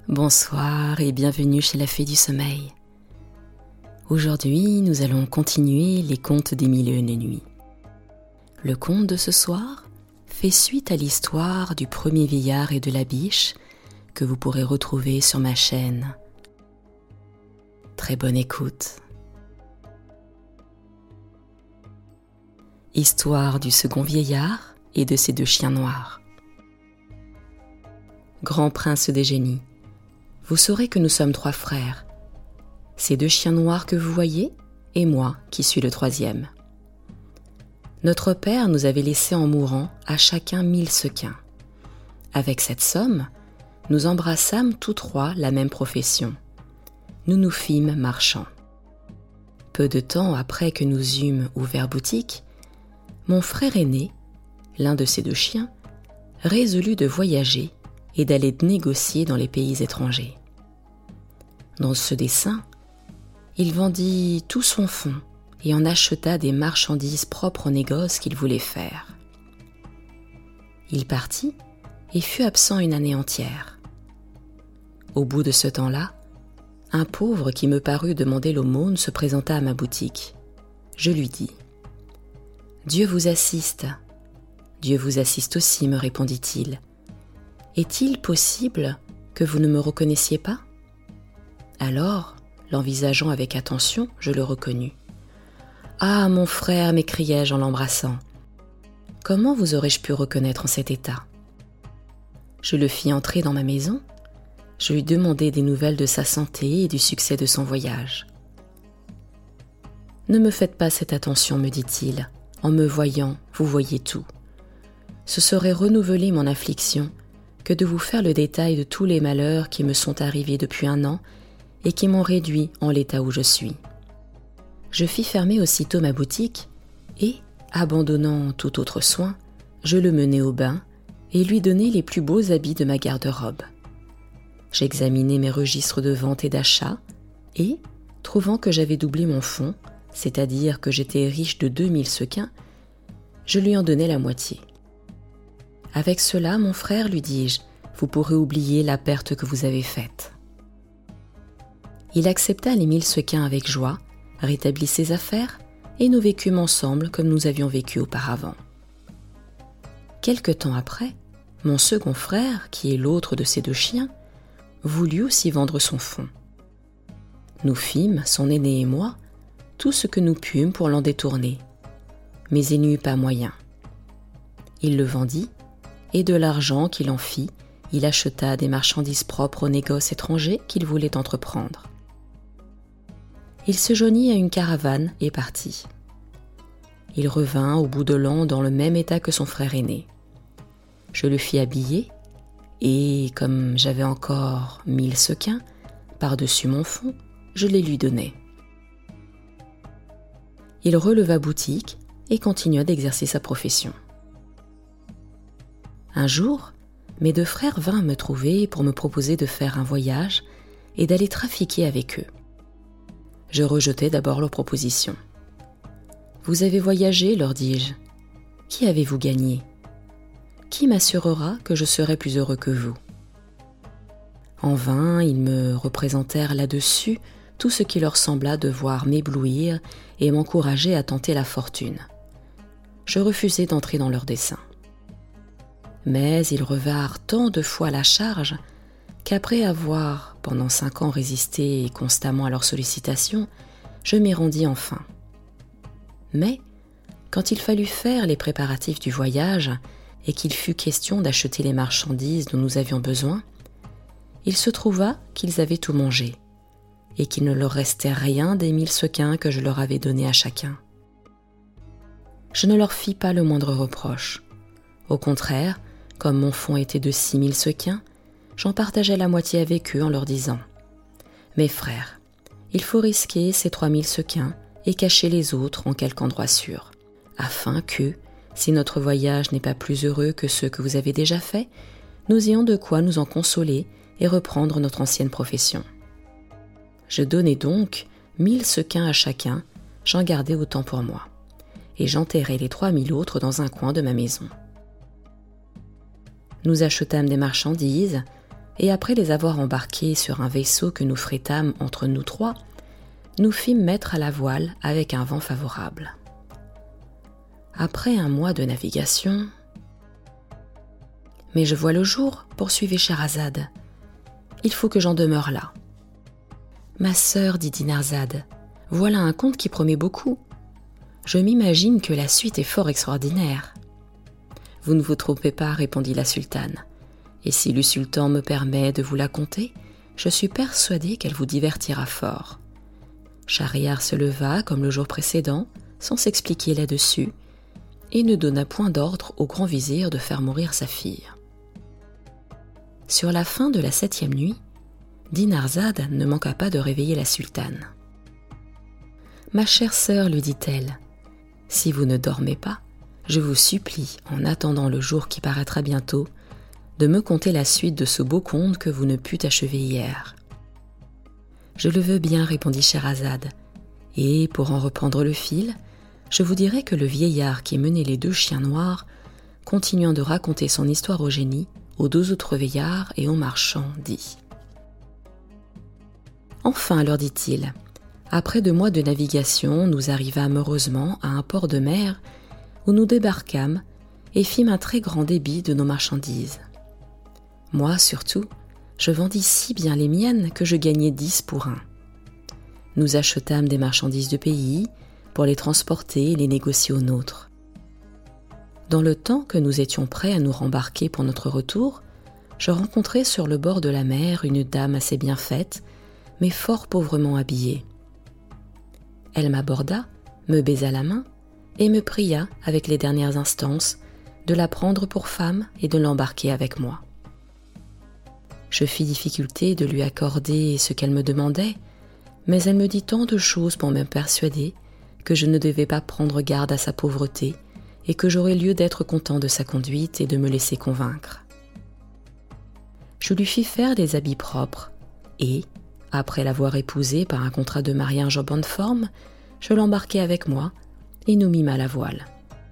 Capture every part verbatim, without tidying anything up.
Bonsoir et bienvenue chez la Fée du Sommeil. Aujourd'hui, nous allons continuer les contes des mille et une nuits. Le conte de ce soir fait suite à l'histoire du premier vieillard et de la biche que vous pourrez retrouver sur ma chaîne. Très bonne écoute. Histoire du second vieillard et de ses deux chiens noirs. Grand prince des génies, vous saurez que nous sommes trois frères. Ces deux chiens noirs que vous voyez, et moi qui suis le troisième. Notre père nous avait laissé en mourant à chacun mille sequins. Avec cette somme, nous embrassâmes tous trois la même profession. Nous nous fîmes marchands. Peu de temps après que nous eûmes ouvert boutique, mon frère aîné, l'un de ces deux chiens, résolut de voyager et d'aller négocier dans les pays étrangers. Dans ce dessein, il vendit tout son fonds et en acheta des marchandises propres au négoce qu'il voulait faire. Il partit et fut absent une année entière. Au bout de ce temps-là, un pauvre qui me parut demander l'aumône se présenta à ma boutique. Je lui dis « Dieu vous assiste. »« Dieu vous assiste aussi, me répondit-il. Est-il possible que vous ne me reconnaissiez pas ?» Alors, l'envisageant avec attention, je le reconnus. « Ah, mon frère !» m'écriai-je en l'embrassant. « Comment vous aurais-je pu reconnaître en cet état ?» Je le fis entrer dans ma maison. Je lui demandai des nouvelles de sa santé et du succès de son voyage. « Ne me faites pas cette attention, me dit-il. En me voyant, vous voyez tout. Ce serait renouveler mon affliction que de vous faire le détail de tous les malheurs qui me sont arrivés depuis un an et qui m'ont réduit en l'état où je suis. » Je fis fermer aussitôt ma boutique et, abandonnant tout autre soin, je le menai au bain et lui donnai les plus beaux habits de ma garde-robe. J'examinai mes registres de vente et d'achat et, trouvant que j'avais doublé mon fonds, c'est-à-dire que j'étais riche de deux mille sequins, je lui en donnai la moitié. « Avec cela, mon frère, lui dis-je, vous pourrez oublier la perte que vous avez faite. » Il accepta les mille sequins avec joie, rétablit ses affaires, et nous vécûmes ensemble comme nous avions vécu auparavant. Quelque temps après, mon second frère, qui est l'autre de ces deux chiens, voulut aussi vendre son fonds. Nous fîmes, son aîné et moi, tout ce que nous pûmes pour l'en détourner, mais il n'y eut pas moyen. Il le vendit, et de l'argent qu'il en fit, il acheta des marchandises propres au négoce étranger qu'il voulait entreprendre. Il se joignit à une caravane et partit. Il revint au bout de l'an dans le même état que son frère aîné. Je le fis habiller, et comme j'avais encore mille sequins, par-dessus mon fonds, je les lui donnai. Il releva boutique et continua d'exercer sa profession. Un jour, mes deux frères vinrent me trouver pour me proposer de faire un voyage et d'aller trafiquer avec eux. Je rejetai d'abord leur proposition. « Vous avez voyagé, leur dis-je. Qui avez-vous gagné ? Qui m'assurera que je serai plus heureux que vous ?» En vain, ils me représentèrent là-dessus tout ce qui leur sembla devoir m'éblouir et m'encourager à tenter la fortune. Je refusai d'entrer dans leur dessein. Mais ils revinrent tant de fois à la charge qu'après avoir, pendant cinq ans, résisté constamment à leurs sollicitations, je m'y rendis enfin. Mais, quand il fallut faire les préparatifs du voyage et qu'il fut question d'acheter les marchandises dont nous avions besoin, il se trouva qu'ils avaient tout mangé et qu'il ne leur restait rien des mille sequins que je leur avais donnés à chacun. Je ne leur fis pas le moindre reproche. Au contraire, comme mon fonds était de six mille sequins, j'en partageai la moitié avec eux en leur disant « Mes frères, il faut risquer ces trois mille sequins et cacher les autres en quelque endroit sûr, afin que, si notre voyage n'est pas plus heureux que ceux que vous avez déjà faits, nous ayons de quoi nous en consoler et reprendre notre ancienne profession. » Je donnai donc mille sequins à chacun, j'en gardai autant pour moi, et j'enterrai les trois mille autres dans un coin de ma maison. Nous achetâmes des marchandises, et après les avoir embarqués sur un vaisseau que nous frétâmes entre nous trois, nous fîmes mettre à la voile avec un vent favorable. Après un mois de navigation... « Mais je vois le jour, poursuivit Scheherazade. Il faut que j'en demeure là. » « Ma sœur, dit Dinarzade, voilà un conte qui promet beaucoup. Je m'imagine que la suite est fort extraordinaire. »« Vous ne vous trompez pas, répondit la sultane. Et si le sultan me permet de vous la conter, je suis persuadée qu'elle vous divertira fort. » Schahriar se leva comme le jour précédent, sans s'expliquer là-dessus, et ne donna point d'ordre au grand vizir de faire mourir sa fille. Sur la fin de la septième nuit, Dinarzade ne manqua pas de réveiller la sultane. « Ma chère sœur, lui dit-elle, si vous ne dormez pas, je vous supplie, en attendant le jour qui paraîtra bientôt, de me conter la suite de ce beau conte que vous ne pûtes achever hier. »« Je le veux bien, répondit Scheherazade, et pour en reprendre le fil, je vous dirai que le vieillard qui menait les deux chiens noirs, continuant de raconter son histoire au génie, aux deux autres veillards et aux marchands, dit « Enfin, leur dit-il, après deux mois de navigation, nous arrivâmes heureusement à un port de mer où nous débarquâmes et fîmes un très grand débit de nos marchandises. Moi, surtout, je vendis si bien les miennes que je gagnai dix pour un. Nous achetâmes des marchandises de pays pour les transporter et les négocier aux nôtres. Dans le temps que nous étions prêts à nous rembarquer pour notre retour, je rencontrai sur le bord de la mer une dame assez bien faite, mais fort pauvrement habillée. Elle m'aborda, me baisa la main et me pria, avec les dernières instances, de la prendre pour femme et de l'embarquer avec moi. Je fis difficulté de lui accorder ce qu'elle me demandait, mais elle me dit tant de choses pour me persuader que je ne devais pas prendre garde à sa pauvreté et que j'aurais lieu d'être content de sa conduite et de me laisser convaincre. Je lui fis faire des habits propres et, après l'avoir épousée par un contrat de mariage en bonne forme, je l'embarquai avec moi et nous mîmes à la voile.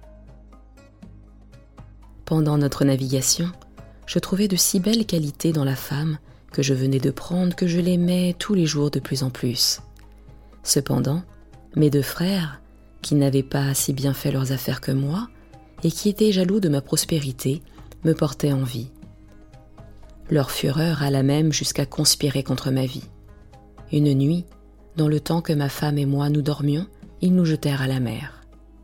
Pendant notre navigation, je trouvai de si belles qualités dans la femme que je venais de prendre que je l'aimais tous les jours de plus en plus. Cependant, mes deux frères, qui n'avaient pas si bien fait leurs affaires que moi et qui étaient jaloux de ma prospérité, me portaient envie. Leur fureur alla même jusqu'à conspirer contre ma vie. Une nuit, dans le temps que ma femme et moi nous dormions, ils nous jetèrent à la mer.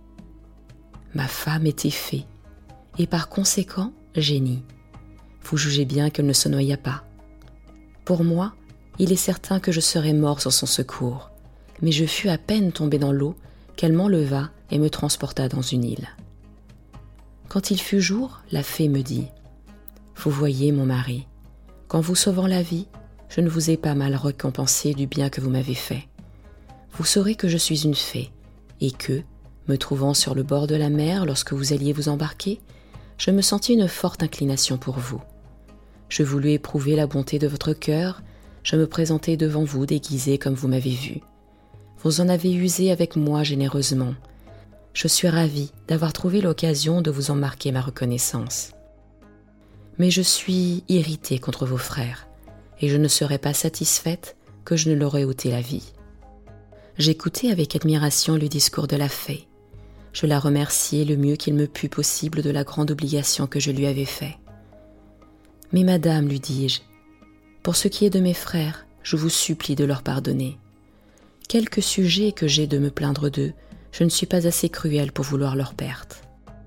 Ma femme était fée, et par conséquent génie. Vous jugez bien qu'elle ne se noya pas. Pour moi, il est certain que je serais mort sans son secours, mais je fus à peine tombé dans l'eau qu'elle m'enleva et me transporta dans une île. Quand il fut jour, la fée me dit « Vous voyez, mon mari, qu'en vous sauvant la vie, je ne vous ai pas mal récompensé du bien que vous m'avez fait. Vous saurez que je suis une fée, et que, me trouvant sur le bord de la mer lorsque vous alliez vous embarquer, je me sentis une forte inclination pour vous. Je voulus éprouver la bonté de votre cœur, je me présentai devant vous déguisée comme vous m'avez vu. Vous en avez usé avec moi généreusement. Je suis ravie d'avoir trouvé l'occasion de vous en marquer ma reconnaissance. Mais je suis irritée contre vos frères, et je ne serais pas satisfaite que je ne leur ai ôté la vie. » J'écoutai avec admiration le discours de la fée. Je la remerciai le mieux qu'il me put possible de la grande obligation que je lui avais faite. « Mais madame, lui dis-je, pour ce qui est de mes frères, je vous supplie de leur pardonner. Quelque sujet que j'ai de me plaindre d'eux, je ne suis pas assez cruelle pour vouloir leur perte. »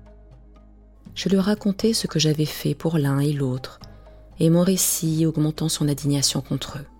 Je lui racontai ce que j'avais fait pour l'un et l'autre, et mon récit augmentant son indignation contre eux.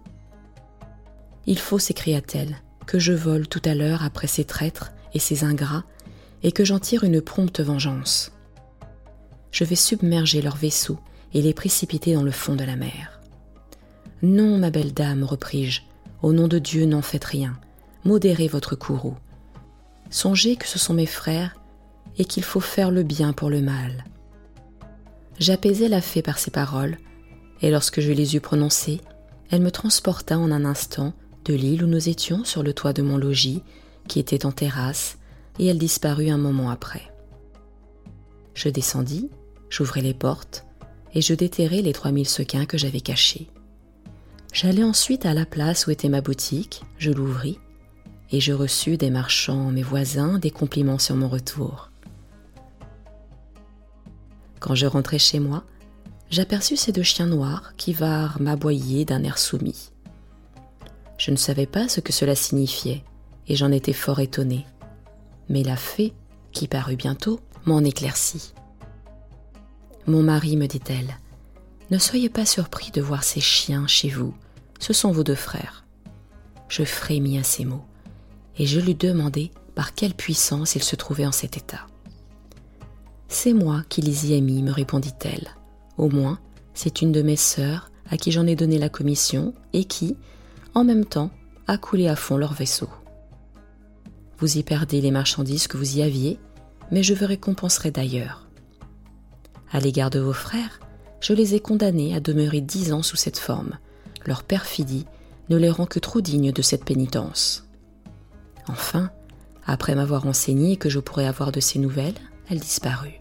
« Il faut, s'écria-t-elle, que je vole tout à l'heure après ces traîtres et ces ingrats, et que j'en tire une prompte vengeance. Je vais submerger leurs vaisseaux et les précipiter dans le fond de la mer. »« Non, ma belle dame, repris-je, au nom de Dieu, n'en faites rien, modérez votre courroux. Songez que ce sont mes frères et qu'il faut faire le bien pour le mal. » J'apaisai la fée par ces paroles, et lorsque je les eus prononcées, elle me transporta en un instant de l'île où nous étions sur le toit de mon logis, qui était en terrasse, et elle disparut un moment après. Je descendis, j'ouvrai les portes, et je déterrai les trois mille sequins que j'avais cachés. J'allai ensuite à la place où était ma boutique, je l'ouvris, et je reçus des marchands, mes voisins, des compliments sur mon retour. Quand je rentrai chez moi, j'aperçus ces deux chiens noirs qui vinrent m'aboyer d'un air soumis. Je ne savais pas ce que cela signifiait, et j'en étais fort étonné. Mais la fée, qui parut bientôt, m'en éclaircit. « Mon mari, me dit-elle, ne soyez pas surpris de voir ces chiens chez vous, ce sont vos deux frères. » Je frémis à ces mots, et je lui demandai par quelle puissance ils se trouvaient en cet état. « C'est moi qui les y ai mis, me répondit-elle. Au moins, c'est une de mes sœurs à qui j'en ai donné la commission et qui, en même temps, a coulé à fond leur vaisseau. Vous y perdez les marchandises que vous y aviez, mais je vous récompenserai d'ailleurs. À l'égard de vos frères, je les ai condamnés à demeurer dix ans sous cette forme. Leur perfidie ne les rend que trop dignes de cette pénitence. Enfin, après m'avoir enseigné que je pourrais avoir de ces nouvelles, elle disparut.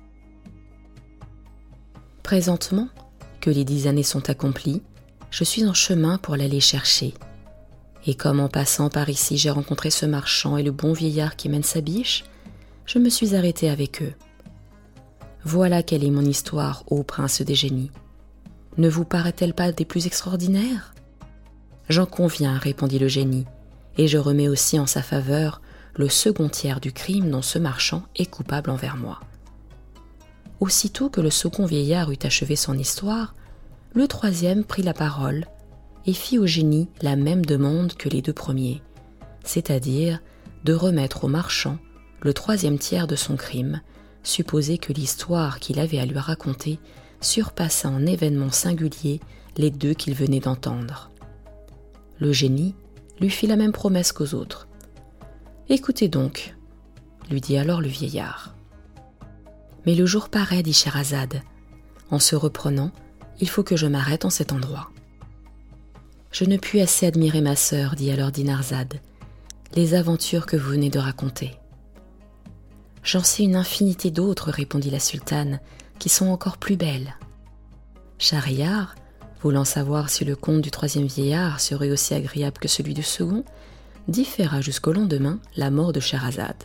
Présentement, que les dix années sont accomplies, je suis en chemin pour l'aller chercher. Et comme en passant par ici j'ai rencontré ce marchand et le bon vieillard qui mène sa biche, je me suis arrêté avec eux. Voilà quelle est mon histoire, ô prince des génies. Ne vous paraît-elle pas des plus extraordinaires ? J'en conviens, répondit le génie, et je remets aussi en sa faveur le second tiers du crime dont ce marchand est coupable envers moi. Aussitôt que le second vieillard eut achevé son histoire, le troisième prit la parole et fit au génie la même demande que les deux premiers, c'est-à-dire de remettre au marchand le troisième tiers de son crime, supposé que l'histoire qu'il avait à lui raconter surpassa en événements singuliers les deux qu'il venait d'entendre. Le génie lui fit la même promesse qu'aux autres. « Écoutez donc, » lui dit alors le vieillard. « Mais le jour paraît, dit Scheherazade. En se reprenant, il faut que je m'arrête en cet endroit. » Je ne puis assez admirer ma sœur, dit alors Dinarzade, les aventures que vous venez de raconter. J'en sais une infinité d'autres, répondit la sultane, qui sont encore plus belles. Schahriar, voulant savoir si le conte du troisième vieillard serait aussi agréable que celui du second, différa jusqu'au lendemain la mort de Scheherazade.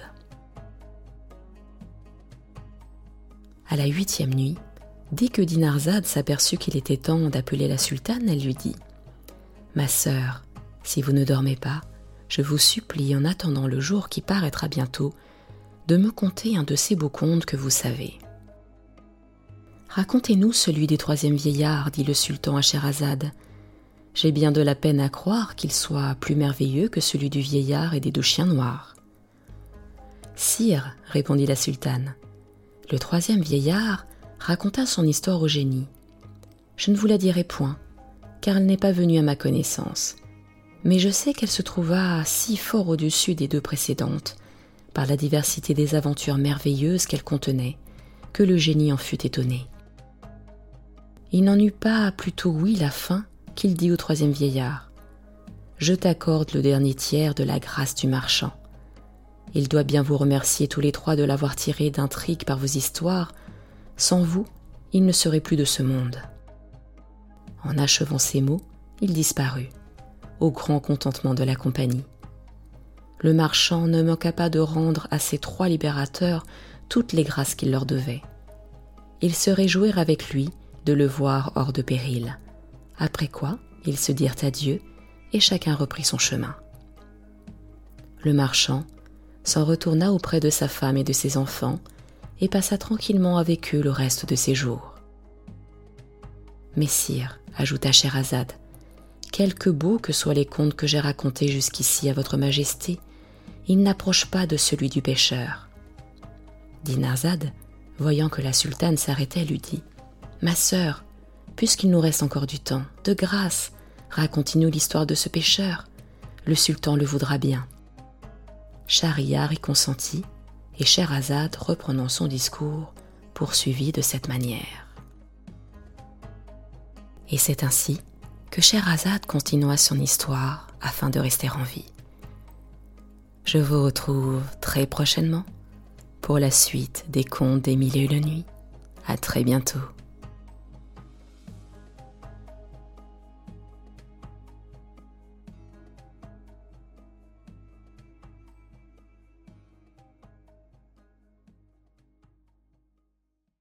À la huitième nuit, dès que Dinarzade s'aperçut qu'il était temps d'appeler la sultane, elle lui dit « Ma sœur, si vous ne dormez pas, je vous supplie en attendant le jour qui paraîtra bientôt, de me conter un de ces beaux contes que vous savez. » « Racontez-nous celui du troisième vieillard, dit le sultan à Scheherazade. J'ai bien de la peine à croire qu'il soit plus merveilleux que celui du vieillard et des deux chiens noirs. »« Sire, répondit la sultane, le troisième vieillard raconta son histoire au génie. Je ne vous la dirai point, car elle n'est pas venue à ma connaissance, mais je sais qu'elle se trouva si fort au-dessus des deux précédentes, par la diversité des aventures merveilleuses qu'elle contenait, que le génie en fut étonné. Il n'en eut pas plutôt ouï la fin qu'il dit au troisième vieillard « Je t'accorde le dernier tiers de la grâce du marchand. Il doit bien vous remercier tous les trois de l'avoir tiré d'intrigue par vos histoires. Sans vous, il ne serait plus de ce monde. » En achevant ces mots, il disparut, au grand contentement de la compagnie. Le marchand ne manqua pas de rendre à ses trois libérateurs toutes les grâces qu'il leur devait. Ils se réjouirent avec lui de le voir hors de péril, après quoi ils se dirent adieu et chacun reprit son chemin. Le marchand s'en retourna auprès de sa femme et de ses enfants et passa tranquillement avec eux le reste de ses jours. « Mais sire, ajouta Scheherazade, quelque beaux que soient les contes que j'ai racontés jusqu'ici à votre majesté, ils n'approchent pas de celui du pêcheur. » Dinarzade, voyant que la sultane s'arrêtait, lui dit « Ma sœur, puisqu'il nous reste encore du temps, de grâce, racontez-nous l'histoire de ce pêcheur. Le sultan le voudra bien. » Schahriar y consentit, et Scheherazade, reprenant son discours, poursuivit de cette manière. Et c'est ainsi que Scheherazade continua son histoire afin de rester en vie. Je vous retrouve très prochainement pour la suite des contes des mille et une nuits. À très bientôt.